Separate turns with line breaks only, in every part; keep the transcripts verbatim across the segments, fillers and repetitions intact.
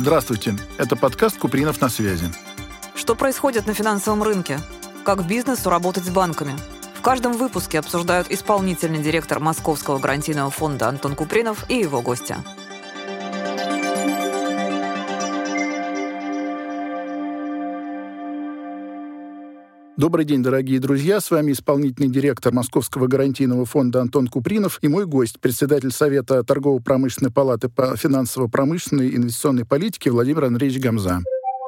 Здравствуйте, это подкаст «Купринов на связи».
Что происходит на финансовом рынке? Как бизнесу работать с банками? В каждом выпуске обсуждают исполнительный директор Московского гарантийного фонда Антон Купринов и его гости.
Добрый день, дорогие друзья. С вами исполнительный директор Московского гарантийного фонда Антон Купринов и мой гость, председатель Совета торгово-промышленной палаты по финансово-промышленной и инвестиционной политике Владимир Андреевич Гамза.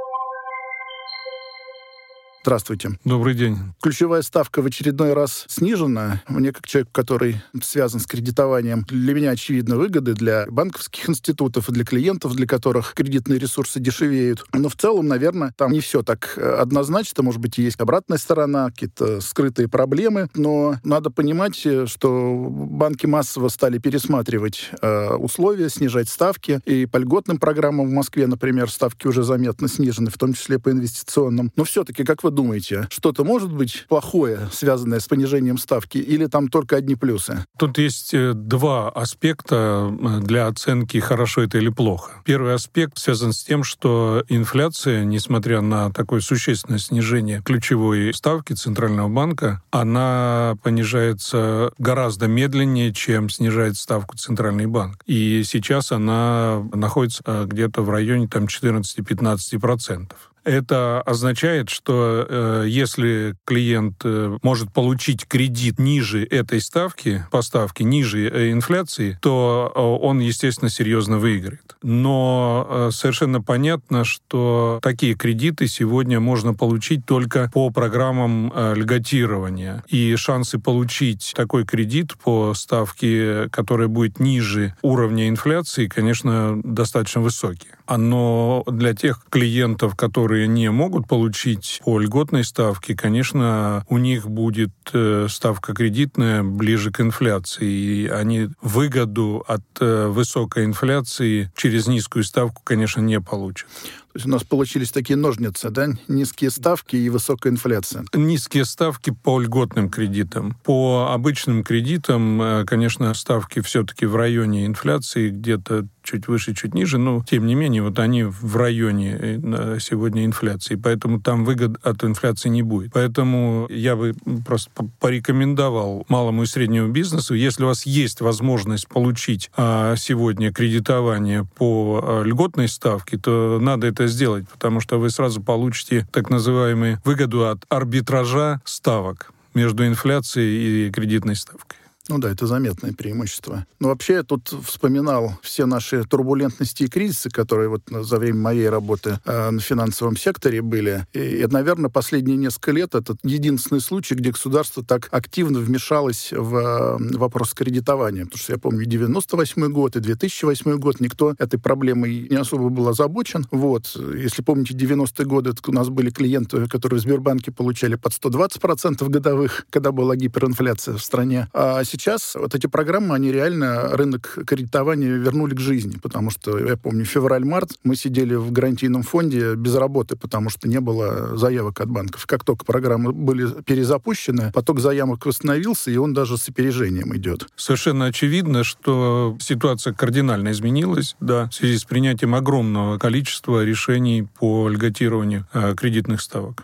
Здравствуйте.
Добрый день.
Ключевая ставка в очередной раз снижена. Мне, как человек, который связан с кредитованием, для меня очевидно выгоды для банковских институтов и для клиентов, для которых кредитные ресурсы дешевеют. Но в целом, наверное, там не все так однозначно. Может быть, есть обратная сторона, какие-то скрытые проблемы. Но надо понимать, что банки массово стали пересматривать э, условия, снижать ставки. И по льготным программам в Москве, например, ставки уже заметно снижены, в том числе по инвестиционным. Но все-таки, как вы думаете, что-то может быть плохое, связанное с понижением ставки, или там только одни плюсы?
Тут есть два аспекта для оценки, хорошо это или плохо. Первый аспект связан с тем, что инфляция, несмотря на такое существенное снижение ключевой ставки Центрального банка, она понижается гораздо медленнее, чем снижает ставку Центральный банк. И сейчас она находится где-то в районе там, четырнадцать-пятнадцать процентов. Это означает, что э, если клиент э, может получить кредит ниже этой ставки, по ставке ниже э, инфляции, то э, он, естественно, серьезно выиграет. Но э, совершенно понятно, что такие кредиты сегодня можно получить только по программам э, льготирования. И шансы получить такой кредит по ставке, которая будет ниже уровня инфляции, конечно, достаточно высокие. Но для тех клиентов, которые не могут получить по льготной ставке, конечно, у них будет ставка кредитная ближе к инфляции, и они выгоду от высокой инфляции через низкую ставку, конечно, не получат.
То есть у нас получились такие ножницы, да? Низкие ставки и высокая инфляция.
Низкие ставки по льготным кредитам. По обычным кредитам, конечно, ставки все-таки в районе инфляции, где-то чуть выше, чуть ниже, но, тем не менее, вот они в районе сегодня инфляции, поэтому там выгод от инфляции не будет. Поэтому я бы просто порекомендовал малому и среднему бизнесу, если у вас есть возможность получить сегодня кредитование по льготной ставке, то надо это сделать, потому что вы сразу получите так называемую выгоду от арбитража ставок между инфляцией и кредитной ставкой.
Ну да, это заметное преимущество. Но вообще я тут вспоминал все наши турбулентности и кризисы, которые вот за время моей работы э, на финансовом секторе были. И, и, наверное, последние несколько лет это единственный случай, где государство так активно вмешалось в э, вопрос кредитования. Потому что я помню девяносто восьмой год и две тысячи восьмой год, никто этой проблемой не особо был озабочен. Вот. Если помните, девяностые годы у нас были клиенты, которые в Сбербанке получали под сто двадцать процентов годовых, когда была гиперинфляция в стране. А сейчас вот эти программы, они реально рынок кредитования вернули к жизни, потому что, я помню, февраль-март мы сидели в гарантийном фонде без работы, потому что не было заявок от банков. Как только программы были перезапущены, поток заявок восстановился, и он даже с опережением идет.
Совершенно очевидно, что ситуация кардинально изменилась, да, в связи с принятием огромного количества решений по льготированию э, кредитных ставок.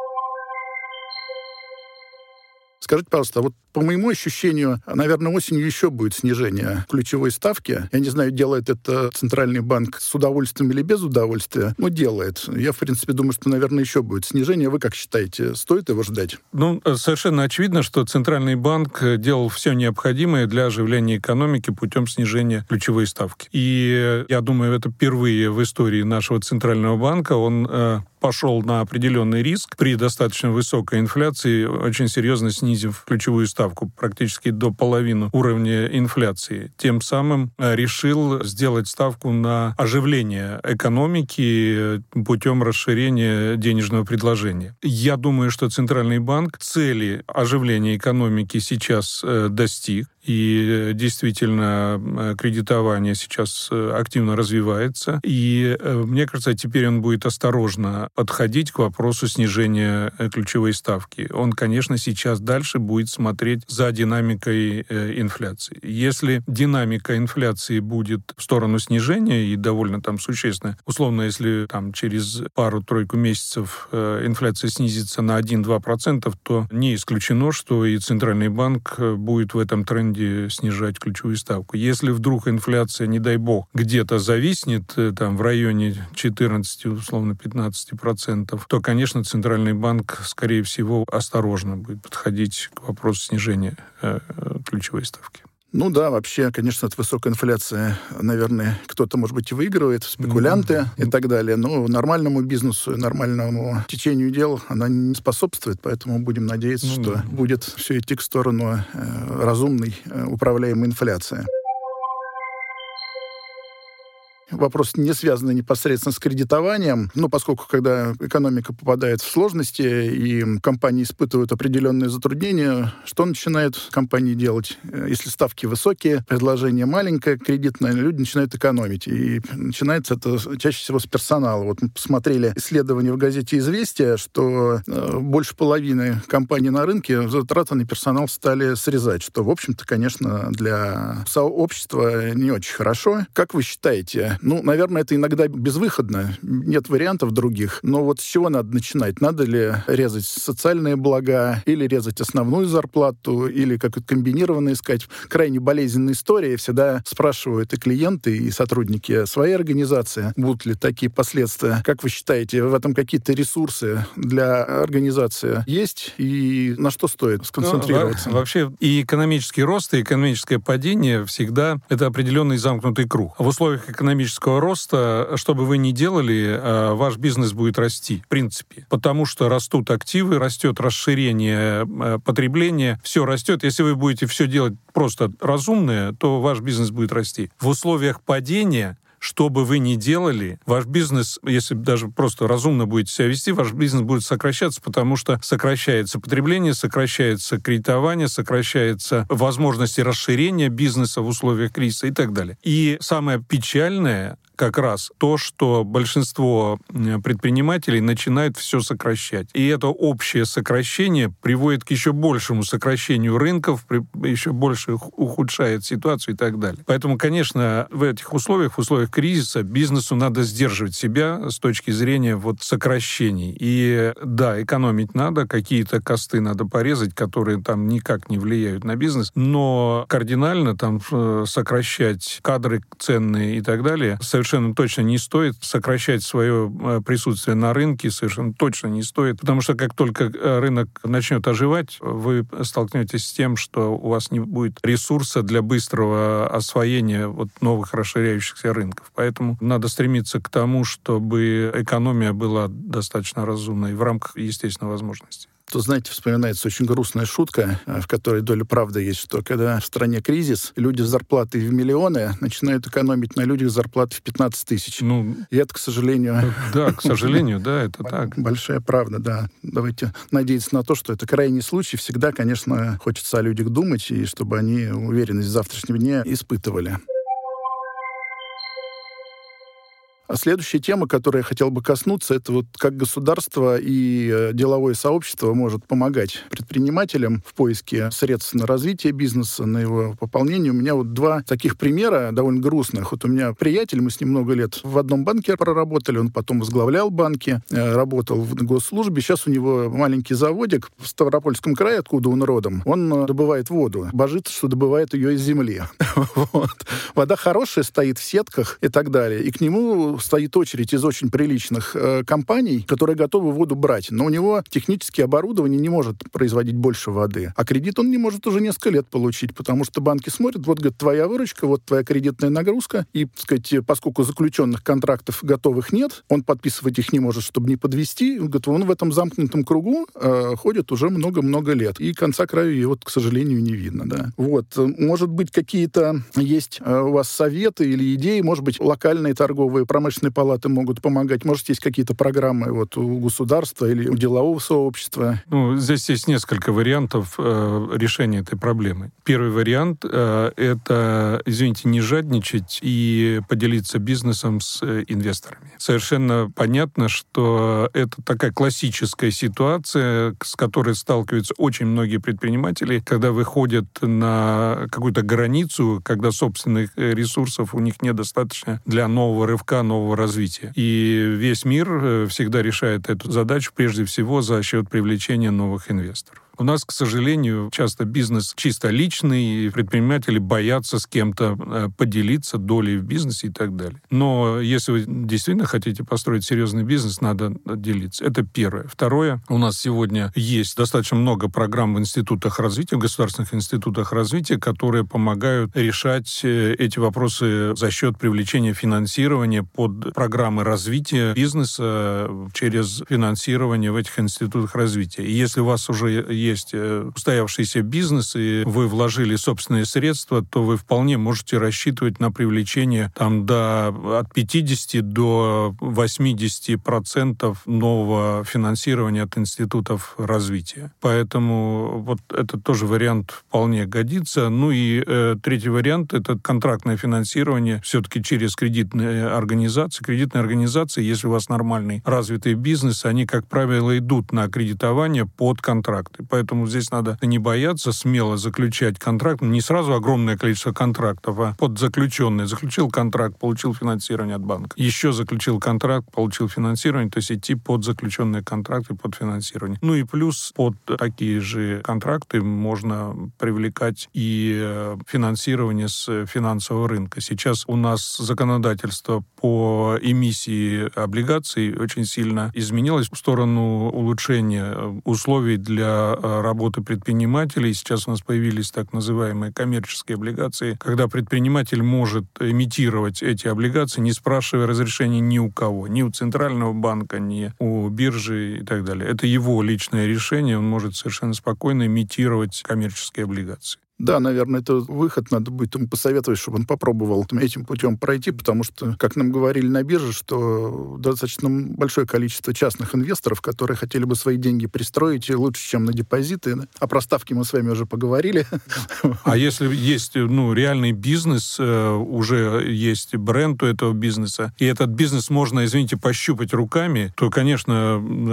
Скажите, пожалуйста, вот по моему ощущению, наверное, осенью еще будет снижение ключевой ставки. Я не знаю, делает это Центральный банк с удовольствием или без удовольствия, но делает. Я, в принципе, думаю, что, наверное, еще будет снижение. Вы как считаете, стоит его ждать?
Ну, совершенно очевидно, что Центральный банк делал все необходимое для оживления экономики путем снижения ключевой ставки. И я думаю, это впервые в истории нашего Центрального банка он э, пошел на определенный риск при достаточно высокой инфляции, очень серьезно снизив ключевую ставку практически до половины уровня инфляции. Тем самым решил сделать ставку на оживление экономики путем расширения денежного предложения. Я думаю, что Центральный банк цели оживления экономики сейчас достиг. И действительно, кредитование сейчас активно развивается. И мне кажется, теперь он будет осторожно нужно подходить к вопросу снижения ключевой ставки. Он, конечно, сейчас дальше будет смотреть за динамикой инфляции. Если динамика инфляции будет в сторону снижения и довольно там существенная, условно, если там через пару-тройку месяцев инфляция снизится на один-два процента, то не исключено, что и Центральный банк будет в этом тренде снижать ключевую ставку. Если вдруг инфляция, не дай бог, где-то зависнет там в районе четырнадцати, условно пятнадцати процентов, то, конечно, Центральный банк, скорее всего, осторожно будет подходить к вопросу снижения э, ключевой ставки.
Ну да, вообще, конечно, от высокой инфляции, наверное, кто-то, может быть, и выигрывает, спекулянты mm-hmm. и так далее, но нормальному бизнесу, нормальному течению дел она не способствует, поэтому будем надеяться, mm-hmm. что будет все идти к сторону э, разумной, э, управляемой инфляции. Вопрос не связан непосредственно с кредитованием, но поскольку, когда экономика попадает в сложности и компании испытывают определенные затруднения, что начинают компании делать? Если ставки высокие, предложение маленькое, кредитное, люди начинают экономить. И начинается это чаще всего с персонала. Вот мы посмотрели исследование в газете «Известия», что больше половины компаний на рынке затраты на персонал стали срезать, что, в общем-то, конечно, для сообщества не очень хорошо. Как вы считаете, ну, наверное, это иногда безвыходно, нет вариантов других. Но вот с чего надо начинать? Надо ли резать социальные блага, или резать основную зарплату, или как-то комбинированно искать? Крайне болезненная история. Всегда спрашивают и клиенты, и сотрудники своей организации, будут ли такие последствия. Как вы считаете, в этом какие-то ресурсы для организации есть? И на что стоит сконцентрироваться?
Ну, вообще и экономический рост, и экономическое падение всегда это определенный замкнутый круг. В условиях экономического роста, что бы вы ни делали, ваш бизнес будет расти, в принципе. Потому что растут активы, растет расширение потребления, все растет. Если вы будете все делать просто разумное, то ваш бизнес будет расти. В условиях падения, что бы вы ни делали, ваш бизнес, если даже просто разумно будете себя вести, ваш бизнес будет сокращаться, потому что сокращается потребление, сокращается кредитование, сокращается возможности расширения бизнеса в условиях кризиса и так далее. И самое печальное как раз то, что большинство предпринимателей начинают все сокращать. И это общее сокращение приводит к еще большему сокращению рынков, еще больше ухудшает ситуацию и так далее. Поэтому, конечно, в этих условиях, в условиях кризиса, бизнесу надо сдерживать себя с точки зрения вот сокращений. И да, экономить надо, какие-то косты надо порезать, которые там никак не влияют на бизнес, но кардинально там сокращать кадры ценные и так далее совершенно Совершенно точно не стоит сокращать свое присутствие на рынке, совершенно точно не стоит, потому что как только рынок начнет оживать, вы столкнетесь с тем, что у вас не будет ресурса для быстрого освоения вот новых расширяющихся рынков. Поэтому надо стремиться к тому, чтобы экономия была достаточно разумной в рамках естественной возможности.
То, знаете, вспоминается очень грустная шутка, в которой доля правды есть, что когда в стране кризис, люди с зарплатой в миллионы начинают экономить на людях с зарплатой в пятнадцать тысяч. Ну, и это, к сожалению...
Да, к сожалению, да, это так.
Большая правда, да. Давайте надеяться на то, что это крайний случай. Всегда, конечно, хочется о людях думать, и чтобы они уверенность в завтрашнем дне испытывали. А следующая тема, которой я хотел бы коснуться, это вот как государство и деловое сообщество может помогать предпринимателям в поиске средств на развитие бизнеса, на его пополнение. У меня вот два таких примера довольно грустных. Вот у меня приятель, мы с ним много лет в одном банке проработали, он потом возглавлял банки, работал в госслужбе. Сейчас у него маленький заводик в Ставропольском крае, откуда он родом. Он добывает воду, божится, что добывает ее из земли. Вода хорошая, стоит в сетках и так далее. И к нему стоит очередь из очень приличных э, компаний, которые готовы воду брать. Но у него техническое оборудование не может производить больше воды. А кредит он не может уже несколько лет получить, потому что банки смотрят, вот, говорит, твоя выручка, вот твоя кредитная нагрузка. И, так сказать, поскольку заключенных контрактов готовых нет, он подписывать их не может, чтобы не подвести. Он, говорит, он в этом замкнутом кругу э, ходит уже много-много лет. И конца краю его, к сожалению, не видно. Да. Вот. Может быть, какие-то есть э, у вас советы или идеи, может быть, локальные торговые промышленные промышленные палаты могут помогать? Может, есть какие-то программы вот у государства или у делового сообщества?
Ну, здесь есть несколько вариантов э, решения этой проблемы. Первый вариант э, — это, извините, не жадничать и поделиться бизнесом с э, инвесторами. Совершенно понятно, что это такая классическая ситуация, с которой сталкиваются очень многие предприниматели, когда выходят на какую-то границу, когда собственных ресурсов у них недостаточно для нового рывка, нового развития. И весь мир всегда решает эту задачу прежде всего за счет привлечения новых инвесторов. У нас, к сожалению, часто бизнес чисто личный, и предприниматели боятся с кем-то поделиться долей в бизнесе и так далее. Но если вы действительно хотите построить серьезный бизнес, надо делиться. Это первое. Второе. У нас сегодня есть достаточно много программ в институтах развития, в государственных институтах развития, которые помогают решать эти вопросы за счет привлечения финансирования под программы развития бизнеса через финансирование в этих институтах развития. И если у вас уже есть есть устоявшийся бизнес, и вы вложили собственные средства, то вы вполне можете рассчитывать на привлечение там, до, от пятидесяти до восьмидесяти процентов нового финансирования от институтов развития. Поэтому вот это тоже вариант вполне годится. Ну и э, третий вариант — это контрактное финансирование все-таки через кредитные организации. Кредитные организации, если у вас нормальный развитый бизнес, они, как правило, идут на кредитование под контракты. Поэтому здесь надо не бояться, смело заключать контракт. Не сразу огромное количество контрактов, а под заключенный. Заключил контракт, получил финансирование от банка. Еще заключил контракт, получил финансирование, то есть идти под заключенные контракты, под финансирование. Ну и плюс под такие же контракты можно привлекать и финансирование с финансового рынка. Сейчас у нас законодательство по эмиссии облигаций очень сильно изменилось в сторону улучшения условий для работы предпринимателей. Сейчас у нас появились так называемые коммерческие облигации, когда предприниматель может имитировать эти облигации, не спрашивая разрешения ни у кого, ни у Центрального банка, ни у биржи и так далее. Это его личное решение, он может совершенно спокойно имитировать коммерческие облигации.
Да, наверное, это выход. Надо будет ему посоветовать, чтобы он попробовал этим путем пройти, потому что, как нам говорили на бирже, что достаточно большое количество частных инвесторов, которые хотели бы свои деньги пристроить лучше, чем на депозиты. О проставке мы с вами уже поговорили.
А если есть ну, реальный бизнес, уже есть бренд у этого бизнеса, и этот бизнес можно, извините, пощупать руками, то, конечно,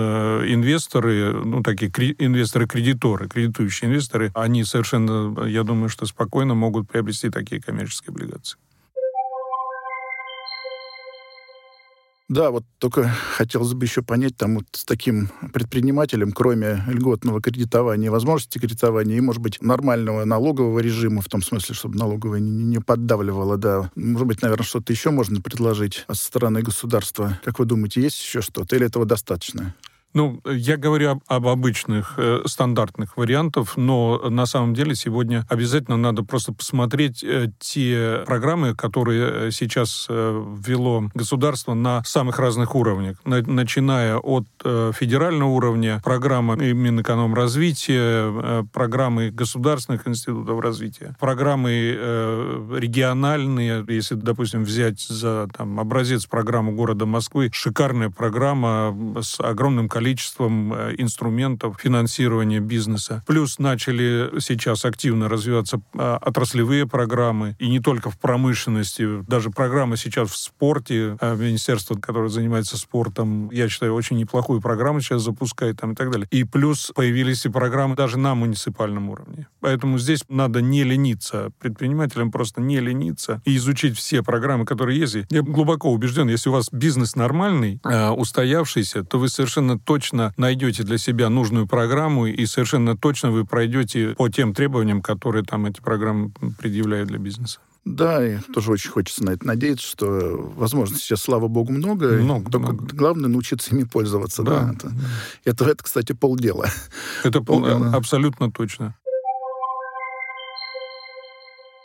инвесторы, ну, такие инвесторы-кредиторы, кредитующие инвесторы, они совершенно, я думаю, что спокойно могут приобрести такие коммерческие облигации.
Да, вот только хотелось бы еще понять, там вот с таким предпринимателем, кроме льготного кредитования, возможности кредитования и, может быть, нормального налогового режима, в том смысле, чтобы налоговое не, не поддавливало, да. Может быть, наверное, что-то еще можно предложить со стороны государства. Как вы думаете, есть еще что-то или этого достаточно?
Ну, я говорю об, об обычных э, стандартных вариантах, но на самом деле сегодня обязательно надо просто посмотреть э, те программы, которые сейчас э, ввело государство на самых разных уровнях, на, начиная от э, федерального уровня, программы Минэкономразвития, э, программы государственных институтов развития, программы э, региональные, если, допустим, взять за там, образец программу города Москвы, шикарная программа с огромным количеством количеством инструментов финансирования бизнеса. Плюс начали сейчас активно развиваться отраслевые программы, и не только в промышленности, даже программы сейчас в спорте. Министерство, которое занимается спортом, я считаю, очень неплохую программу сейчас запускает там, и так далее. И плюс появились и программы даже на муниципальном уровне. Поэтому здесь надо не лениться. Предпринимателям просто не лениться и изучить все программы, которые есть. Я глубоко убежден, если у вас бизнес нормальный, устоявшийся, то вы совершенно точно точно найдете для себя нужную программу, и совершенно точно вы пройдете по тем требованиям, которые там эти программы предъявляют для бизнеса.
Да, и тоже очень хочется на это надеяться, что возможностей сейчас, слава богу, много.
много
только
много.
Главное научиться ими пользоваться.
Да.
Да, это, это, это, кстати, полдела.
Это
полдела.
абсолютно точно.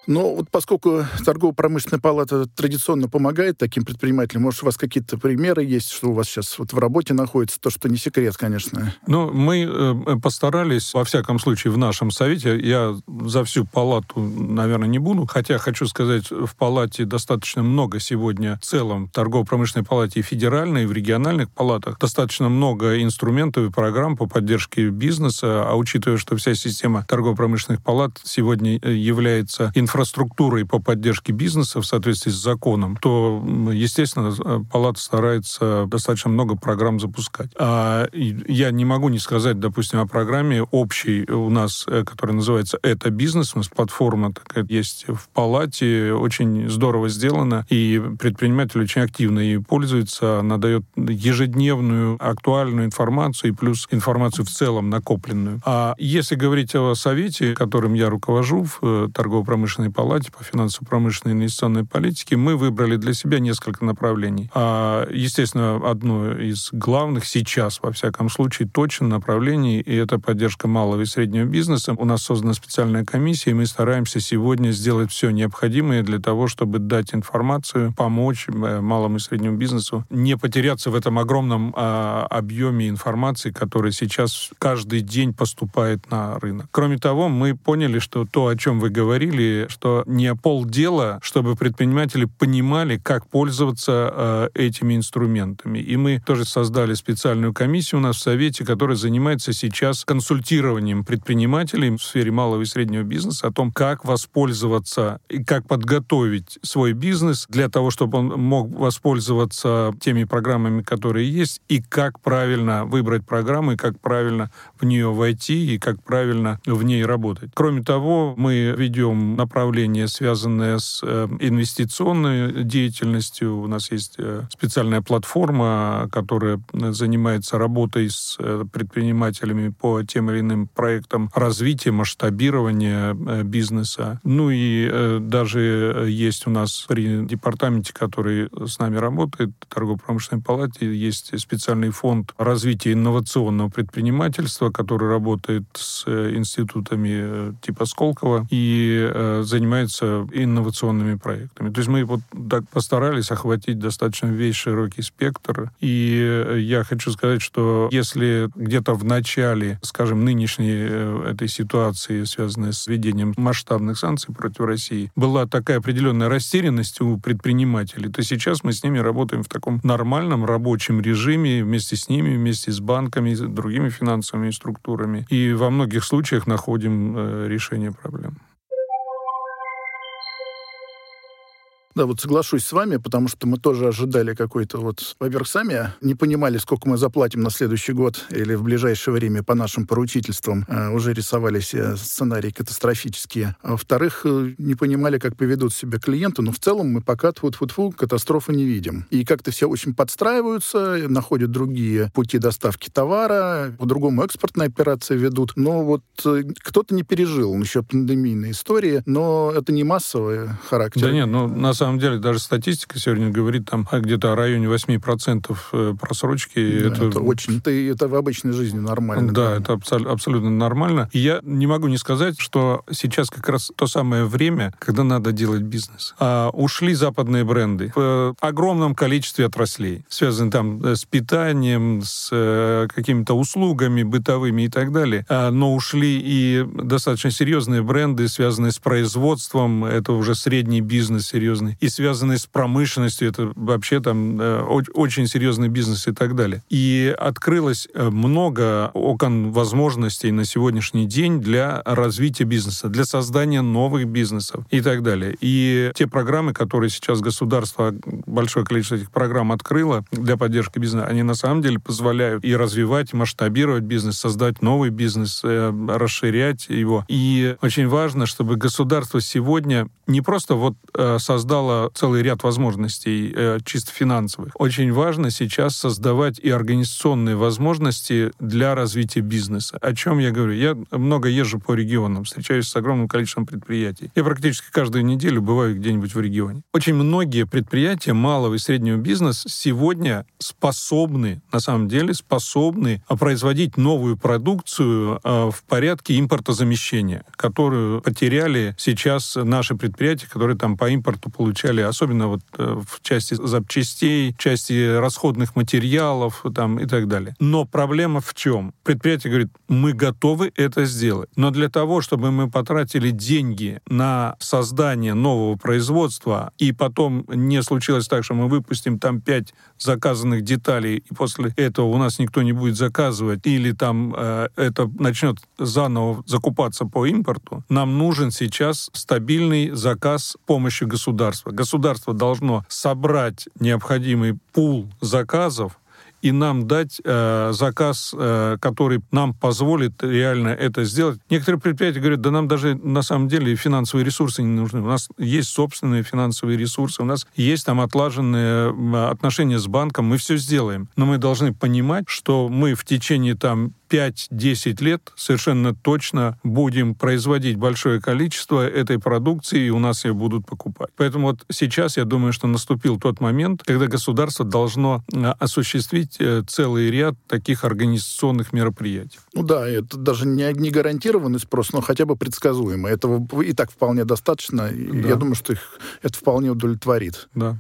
Но вот поскольку торгово-промышленная палата традиционно помогает таким предпринимателям, может, у вас какие-то примеры есть, что у вас сейчас вот в работе находится, то, что не секрет, конечно.
Ну, мы э, постарались, во всяком случае, в нашем совете, я за всю палату, наверное, не буду, хотя хочу сказать, в палате достаточно много сегодня, в целом, в торгово-промышленной палате и федеральной, и в региональных палатах, достаточно много инструментов и программ по поддержке бизнеса, а учитывая, что вся система торгово-промышленных палат сегодня является инфраструктурой по поддержке бизнеса в соответствии с законом, то, естественно, палата старается достаточно много программ запускать. А я не могу не сказать, допустим, о программе общей у нас, которая называется «Это бизнес», у нас платформа такая есть в палате, очень здорово сделана, и предприниматель очень активно ей пользуется, она дает ежедневную актуальную информацию и плюс информацию в целом накопленную. А если говорить о совете, которым я руковожу в торгово-промышленной палате по финансово-промышленной и инвестиционной политике, мы выбрали для себя несколько направлений. А, естественно, одно из главных сейчас, во всяком случае, точно направлений, и это поддержка малого и среднего бизнеса. У нас создана специальная комиссия, и мы стараемся сегодня сделать все необходимое для того, чтобы дать информацию, помочь малому и среднему бизнесу не потеряться в этом огромном а, объеме информации, который сейчас каждый день поступает на рынок. Кроме того, мы поняли, что то, о чем вы говорили, что не полдела, чтобы предприниматели понимали, как пользоваться э, этими инструментами. И мы тоже создали специальную комиссию у нас в Совете, которая занимается сейчас консультированием предпринимателей в сфере малого и среднего бизнеса о том, как воспользоваться и как подготовить свой бизнес для того, чтобы он мог воспользоваться теми программами, которые есть, и как правильно выбрать программу, и как правильно в нее войти, и как правильно в ней работать. Кроме того, мы ведем направление, связанное с инвестиционной деятельностью. У нас есть специальная платформа, которая занимается работой с предпринимателями по тем или иным проектам развития, масштабирования бизнеса. Ну и даже есть у нас при департаменте, который с нами работает, в торгово-промышленной палате, есть специальный фонд развития инновационного предпринимательства, который работает с институтами типа Сколково и э, занимается инновационными проектами. То есть мы вот так постарались охватить достаточно весь широкий спектр. И я хочу сказать, что если где-то в начале, скажем, нынешней э, этой ситуации, связанной с введением масштабных санкций против России, была такая определенная растерянность у предпринимателей, то сейчас мы с ними работаем в таком нормальном рабочем режиме, вместе с ними, вместе с банками, с другими финансовыми структурами. И во многих случаях находим э, решение проблем.
Да, вот соглашусь с вами, потому что мы тоже ожидали какой-то вот... Во-первых, сами не понимали, сколько мы заплатим на следующий год или в ближайшее время по нашим поручительствам. Э, уже рисовали себе сценарии катастрофические. А во-вторых, э, не понимали, как поведут себя клиенты. Но в целом мы пока тьфу-тьфу-тьфу катастрофы не видим. И как-то все очень подстраиваются, находят другие пути доставки товара, по-другому экспортные операции ведут. Но вот э, кто-то не пережил еще пандемийной истории, но это не массовый характер.
Да нет, ну на самом деле даже статистика сегодня говорит там где-то о районе восемь процентов просрочки.
Да,
это...
это очень... Это, это в обычной жизни нормально.
Да,
да.
это абсол- абсолютно нормально. И я не могу не сказать, что сейчас как раз то самое время, когда надо делать бизнес. А, ушли западные бренды в огромном количестве отраслей, связанные там с питанием, с э, какими-то услугами бытовыми и так далее. А, но ушли и достаточно серьезные бренды, связанные с производством. Это уже средний бизнес серьезный. И связанные с промышленностью, это вообще там э, очень серьезный бизнес и так далее. И открылось много окон возможностей на сегодняшний день для развития бизнеса, для создания новых бизнесов и так далее. И те программы, которые сейчас государство, большое количество этих программ открыло для поддержки бизнеса, они на самом деле позволяют и развивать, и масштабировать бизнес, создать новый бизнес, э, расширять его. И очень важно, чтобы государство сегодня не просто вот э, создало целый ряд возможностей э, чисто финансовых. Очень важно сейчас создавать и организационные возможности для развития бизнеса. О чем я говорю? Я много езжу по регионам, встречаюсь с огромным количеством предприятий. Я практически каждую неделю бываю где-нибудь в регионе. Очень многие предприятия малого и среднего бизнеса сегодня способны, на самом деле, способны производить новую продукцию э, в порядке импортозамещения, которую потеряли сейчас наши предприятия предприятий, которые там по импорту получали, особенно вот в части запчастей, в части расходных материалов там, и так далее. Но проблема в чем? Предприятие говорит, мы готовы это сделать. Но для того, чтобы мы потратили деньги на создание нового производства, и потом не случилось так, что мы выпустим там пять заказанных деталей, и после этого у нас никто не будет заказывать, или там э, это начнет заново закупаться по импорту, нам нужен сейчас стабильный заказ с помощью государства. Государство должно собрать необходимый пул заказов и нам дать э, заказ, э, который нам позволит реально это сделать. Некоторые предприятия говорят, да нам даже на самом деле финансовые ресурсы не нужны. У нас есть собственные финансовые ресурсы, у нас есть там отлаженные отношения с банком, мы все сделаем. Но мы должны понимать, что мы в течение там пять-десять лет совершенно точно будем производить большое количество этой продукции, и у нас ее будут покупать. Поэтому вот сейчас я думаю, что наступил тот момент, когда государство должно осуществить целый ряд таких организационных мероприятий.
Ну да, это даже не, не гарантированный спрос, но хотя бы предсказуемо. Этого и так вполне достаточно. Да. Я думаю, что их это вполне удовлетворит.
Да.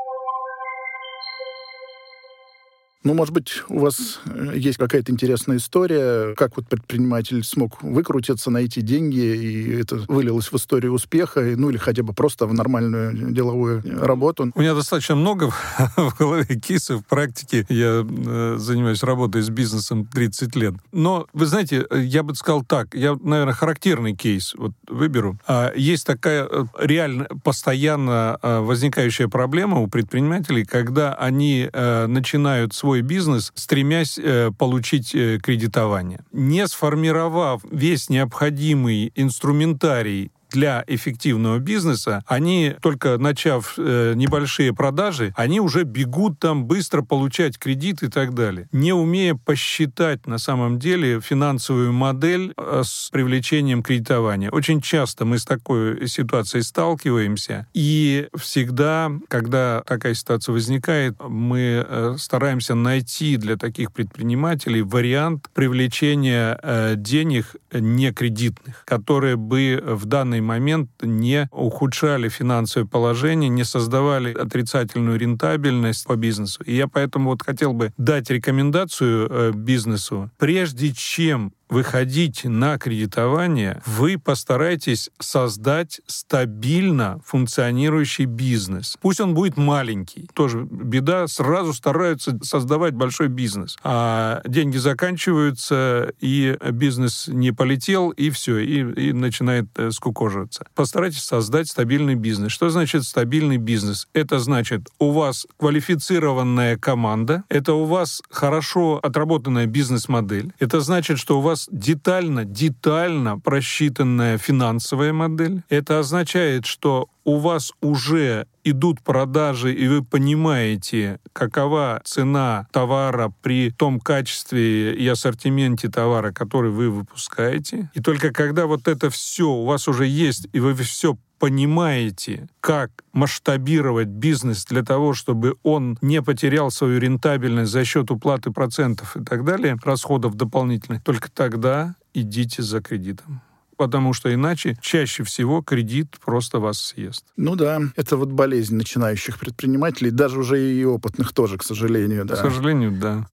Ну, может быть, у вас есть какая-то интересная история, как вот предприниматель смог выкрутиться, найти деньги, и это вылилось в историю успеха, ну, или хотя бы просто в нормальную деловую работу.
У меня достаточно много в голове кейсов, в практике. Я занимаюсь работой с бизнесом тридцать лет. Но, вы знаете, я бы сказал так, я, наверное, характерный кейс вот выберу. Есть такая реально постоянно возникающая проблема у предпринимателей, когда они начинают свой бизнес, стремясь э, получить э, кредитование. Не сформировав весь необходимый инструментарий для эффективного бизнеса, они, только начав э, небольшие продажи, они уже бегут там быстро получать кредит и так далее, не умея посчитать на самом деле финансовую модель э, с привлечением кредитования. Очень часто мы с такой ситуацией сталкиваемся, и всегда, когда такая ситуация возникает, мы э, стараемся найти для таких предпринимателей вариант привлечения э, денег некредитных, которые бы в данный момент не ухудшали финансовое положение, не создавали отрицательную рентабельность по бизнесу. И я поэтому вот хотел бы дать рекомендацию э, бизнесу, прежде чем выходить на кредитование, вы постарайтесь создать стабильно функционирующий бизнес. Пусть он будет маленький. Тоже беда, сразу стараются создавать большой бизнес. А деньги заканчиваются, и бизнес не полетел, и все, и, и начинает э, скукоживаться. Постарайтесь создать стабильный бизнес. Что значит стабильный бизнес? Это значит, у вас квалифицированная команда, это у вас хорошо отработанная бизнес-модель, это значит, что у вас детально, детально просчитанная финансовая модель. Это означает, что у вас уже идут продажи, и вы понимаете, какова цена товара при том качестве и ассортименте товара, который вы выпускаете. И только когда вот это все у вас уже есть, и вы все понимаете, как масштабировать бизнес для того, чтобы он не потерял свою рентабельность за счет уплаты процентов и так далее, расходов дополнительных, только тогда идите за кредитом. Потому что иначе чаще всего кредит просто вас съест.
Ну да, это вот болезнь начинающих предпринимателей, даже уже и опытных тоже, к сожалению. Да.
К сожалению, да.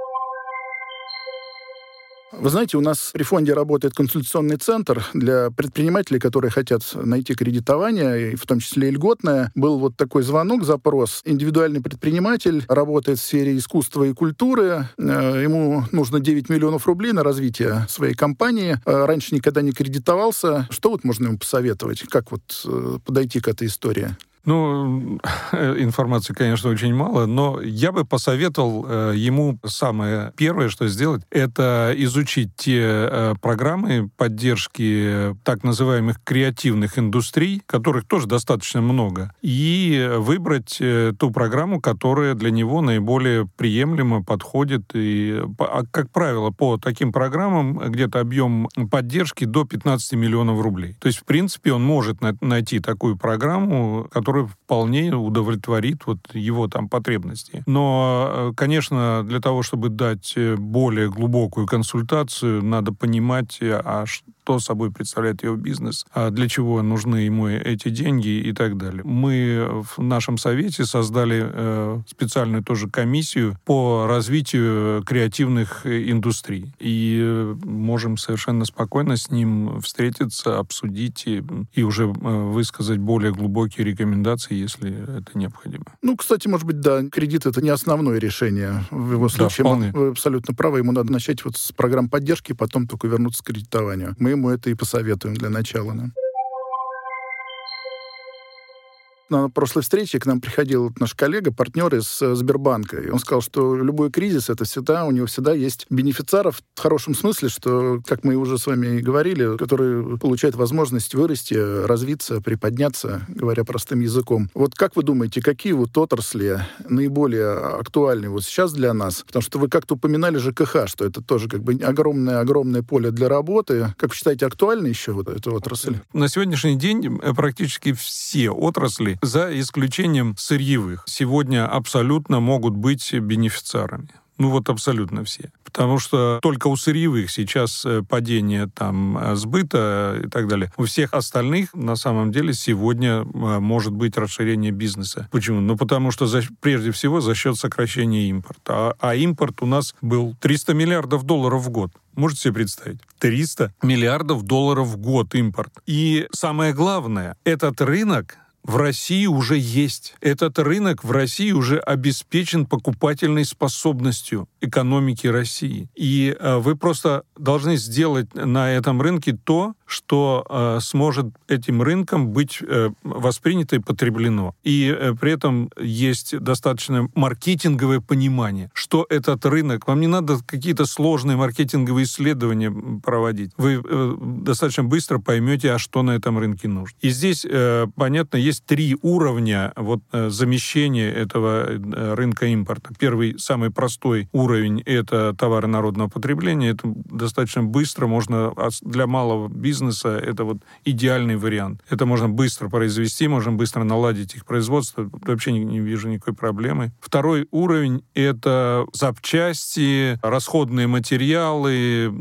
Вы знаете, у нас при фонде работает консультационный центр для предпринимателей, которые хотят найти кредитование, и в том числе и льготное. Был вот такой звонок, запрос. Индивидуальный предприниматель работает в сфере искусства и культуры. Ему нужно девять миллионов рублей на развитие своей компании. Раньше никогда не кредитовался. Что вот можно ему посоветовать? Как вот подойти к этой истории?
Ну, информации, конечно, очень мало, но я бы посоветовал э, ему самое первое, что сделать, это изучить те э, программы поддержки так называемых креативных индустрий, которых тоже достаточно много, и выбрать э, ту программу, которая для него наиболее приемлемо подходит. И, по, как правило, по таким программам где-то объем поддержки до пятнадцать миллионов рублей. То есть, в принципе, он может на, найти такую программу, которая который вполне удовлетворит вот его там потребности. Но, конечно, для того, чтобы дать более глубокую консультацию, надо понимать, а что собой представляет его бизнес, для чего нужны ему эти деньги и так далее. Мы в нашем совете создали специальную тоже комиссию по развитию креативных индустрий. И можем совершенно спокойно с ним встретиться, обсудить и, и уже высказать более глубокие рекомендации, если это необходимо.
Ну, кстати, может быть, да, кредит — это не основное решение в его случае.
Да,
Вы абсолютно правы, ему надо начать вот с программ поддержки, потом только вернуться к кредитованию. Мы ему это и посоветуем для начала. Да. На прошлой встрече к нам приходил наш коллега, партнер из Сбербанка, и он сказал, что любой кризис — это всегда, у него всегда есть бенефициаров в хорошем смысле, что, как мы уже с вами и говорили, которые получают возможность вырасти, развиться, приподняться, говоря простым языком. Вот как вы думаете, какие вот отрасли наиболее актуальны вот сейчас для нас? Потому что вы как-то упоминали ЖКХ, что это тоже как бы огромное-огромное поле для работы. Как вы считаете, актуальна еще вот эта отрасль?
На сегодняшний день практически все отрасли, за исключением сырьевых, сегодня абсолютно могут быть бенефициарами. Ну вот абсолютно все. Потому что только у сырьевых сейчас падение там сбыта и так далее. У всех остальных на самом деле сегодня может быть расширение бизнеса. Почему? Ну потому что за, прежде всего за счет сокращения импорта. А, а импорт у нас был триста миллиардов долларов в год. Можете себе представить? триста миллиардов долларов в год импорт. И самое главное, этот рынок в России уже есть. Этот рынок в России уже обеспечен покупательной способностью экономики России. И э, вы просто должны сделать на этом рынке то, что э, сможет этим рынком быть э, воспринято и потреблено. И э, при этом есть достаточно маркетинговое понимание, что этот рынок... Вам не надо какие-то сложные маркетинговые исследования проводить. Вы э, достаточно быстро поймете, а что на этом рынке нужно. И здесь, э, понятно, есть три уровня вот, э, замещения этого э, рынка импорта. Первый, самый простой уровень — это товары народного потребления. Это достаточно быстро можно для малого бизнеса это вот идеальный вариант. Это можно быстро произвести, можно быстро наладить их производство. Вообще не, не вижу никакой проблемы. Второй уровень — это запчасти, расходные материалы,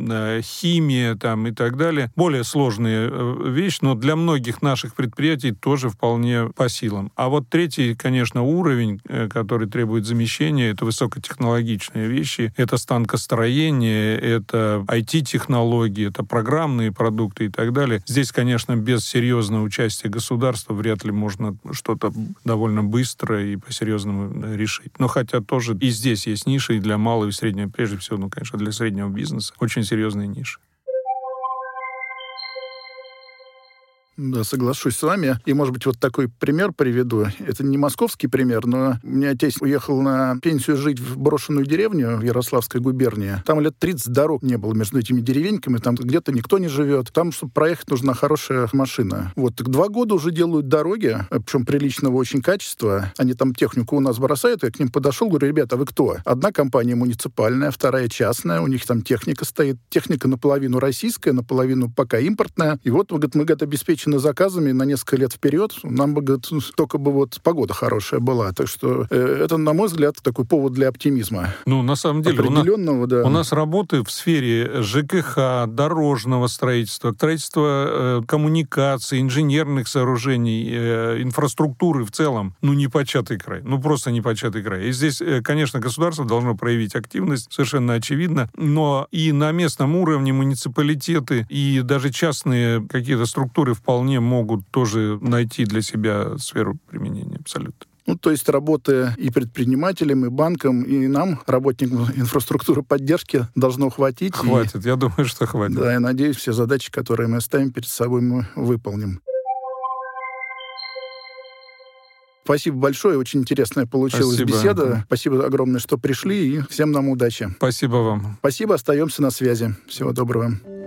химия там, и так далее. Более сложная вещь, но для многих наших предприятий тоже вполне по силам. А вот третий, конечно, уровень, который требует замещения, это высокотехнологичные вещи. Это станкостроение, это ай ти-технологии, это программные продукты и так далее. Здесь, конечно, без серьезного участия государства вряд ли можно что-то довольно быстро и по-серьезному решить. Но хотя тоже и здесь есть ниши, и для малого и среднего, прежде всего, ну, конечно, для среднего бизнеса очень серьезные ниши.
Да, соглашусь с вами. И, может быть, вот такой пример приведу. Это не московский пример, но у меня отец уехал на пенсию жить в брошенную деревню в Ярославской губернии. Там лет тридцать дорог не было между этими деревеньками, там где-то никто не живет. Там, чтобы проехать, нужна хорошая машина. Вот, так два года уже делают дороги, причем приличного очень качества. Они там технику у нас бросают, я к ним подошел, говорю: ребята, а вы кто? Одна компания муниципальная, вторая частная, у них там техника стоит. Техника наполовину российская, наполовину пока импортная. И вот, говорит, мы, говорит, обеспечены заказами на несколько лет вперед. Нам бы, говорит, только бы вот погода хорошая была. Так что э, это, на мой взгляд, такой повод для оптимизма.
Ну, на самом деле,
определенного,
у нас,
да.
у нас работы в сфере ЖКХ, дорожного строительства, строительства э, коммуникаций, инженерных сооружений, э, инфраструктуры в целом, ну, непочатый край. Ну, просто непочатый край. И здесь, э, конечно, государство должно проявить активность, совершенно очевидно, но и на местном уровне муниципалитеты, и даже частные какие-то структуры вполне могут тоже найти для себя сферу применения абсолютно.
Ну, то есть работы и предпринимателям, и банкам, и нам, работникам инфраструктуры поддержки, должно хватить.
Хватит, и, я думаю, что хватит.
Да, я надеюсь, все задачи, которые мы ставим перед собой, мы выполним. Спасибо большое, очень интересная получилась
Спасибо.
беседа. Спасибо огромное, что пришли, и всем нам удачи.
Спасибо вам.
Спасибо, остаемся на связи. Всего доброго.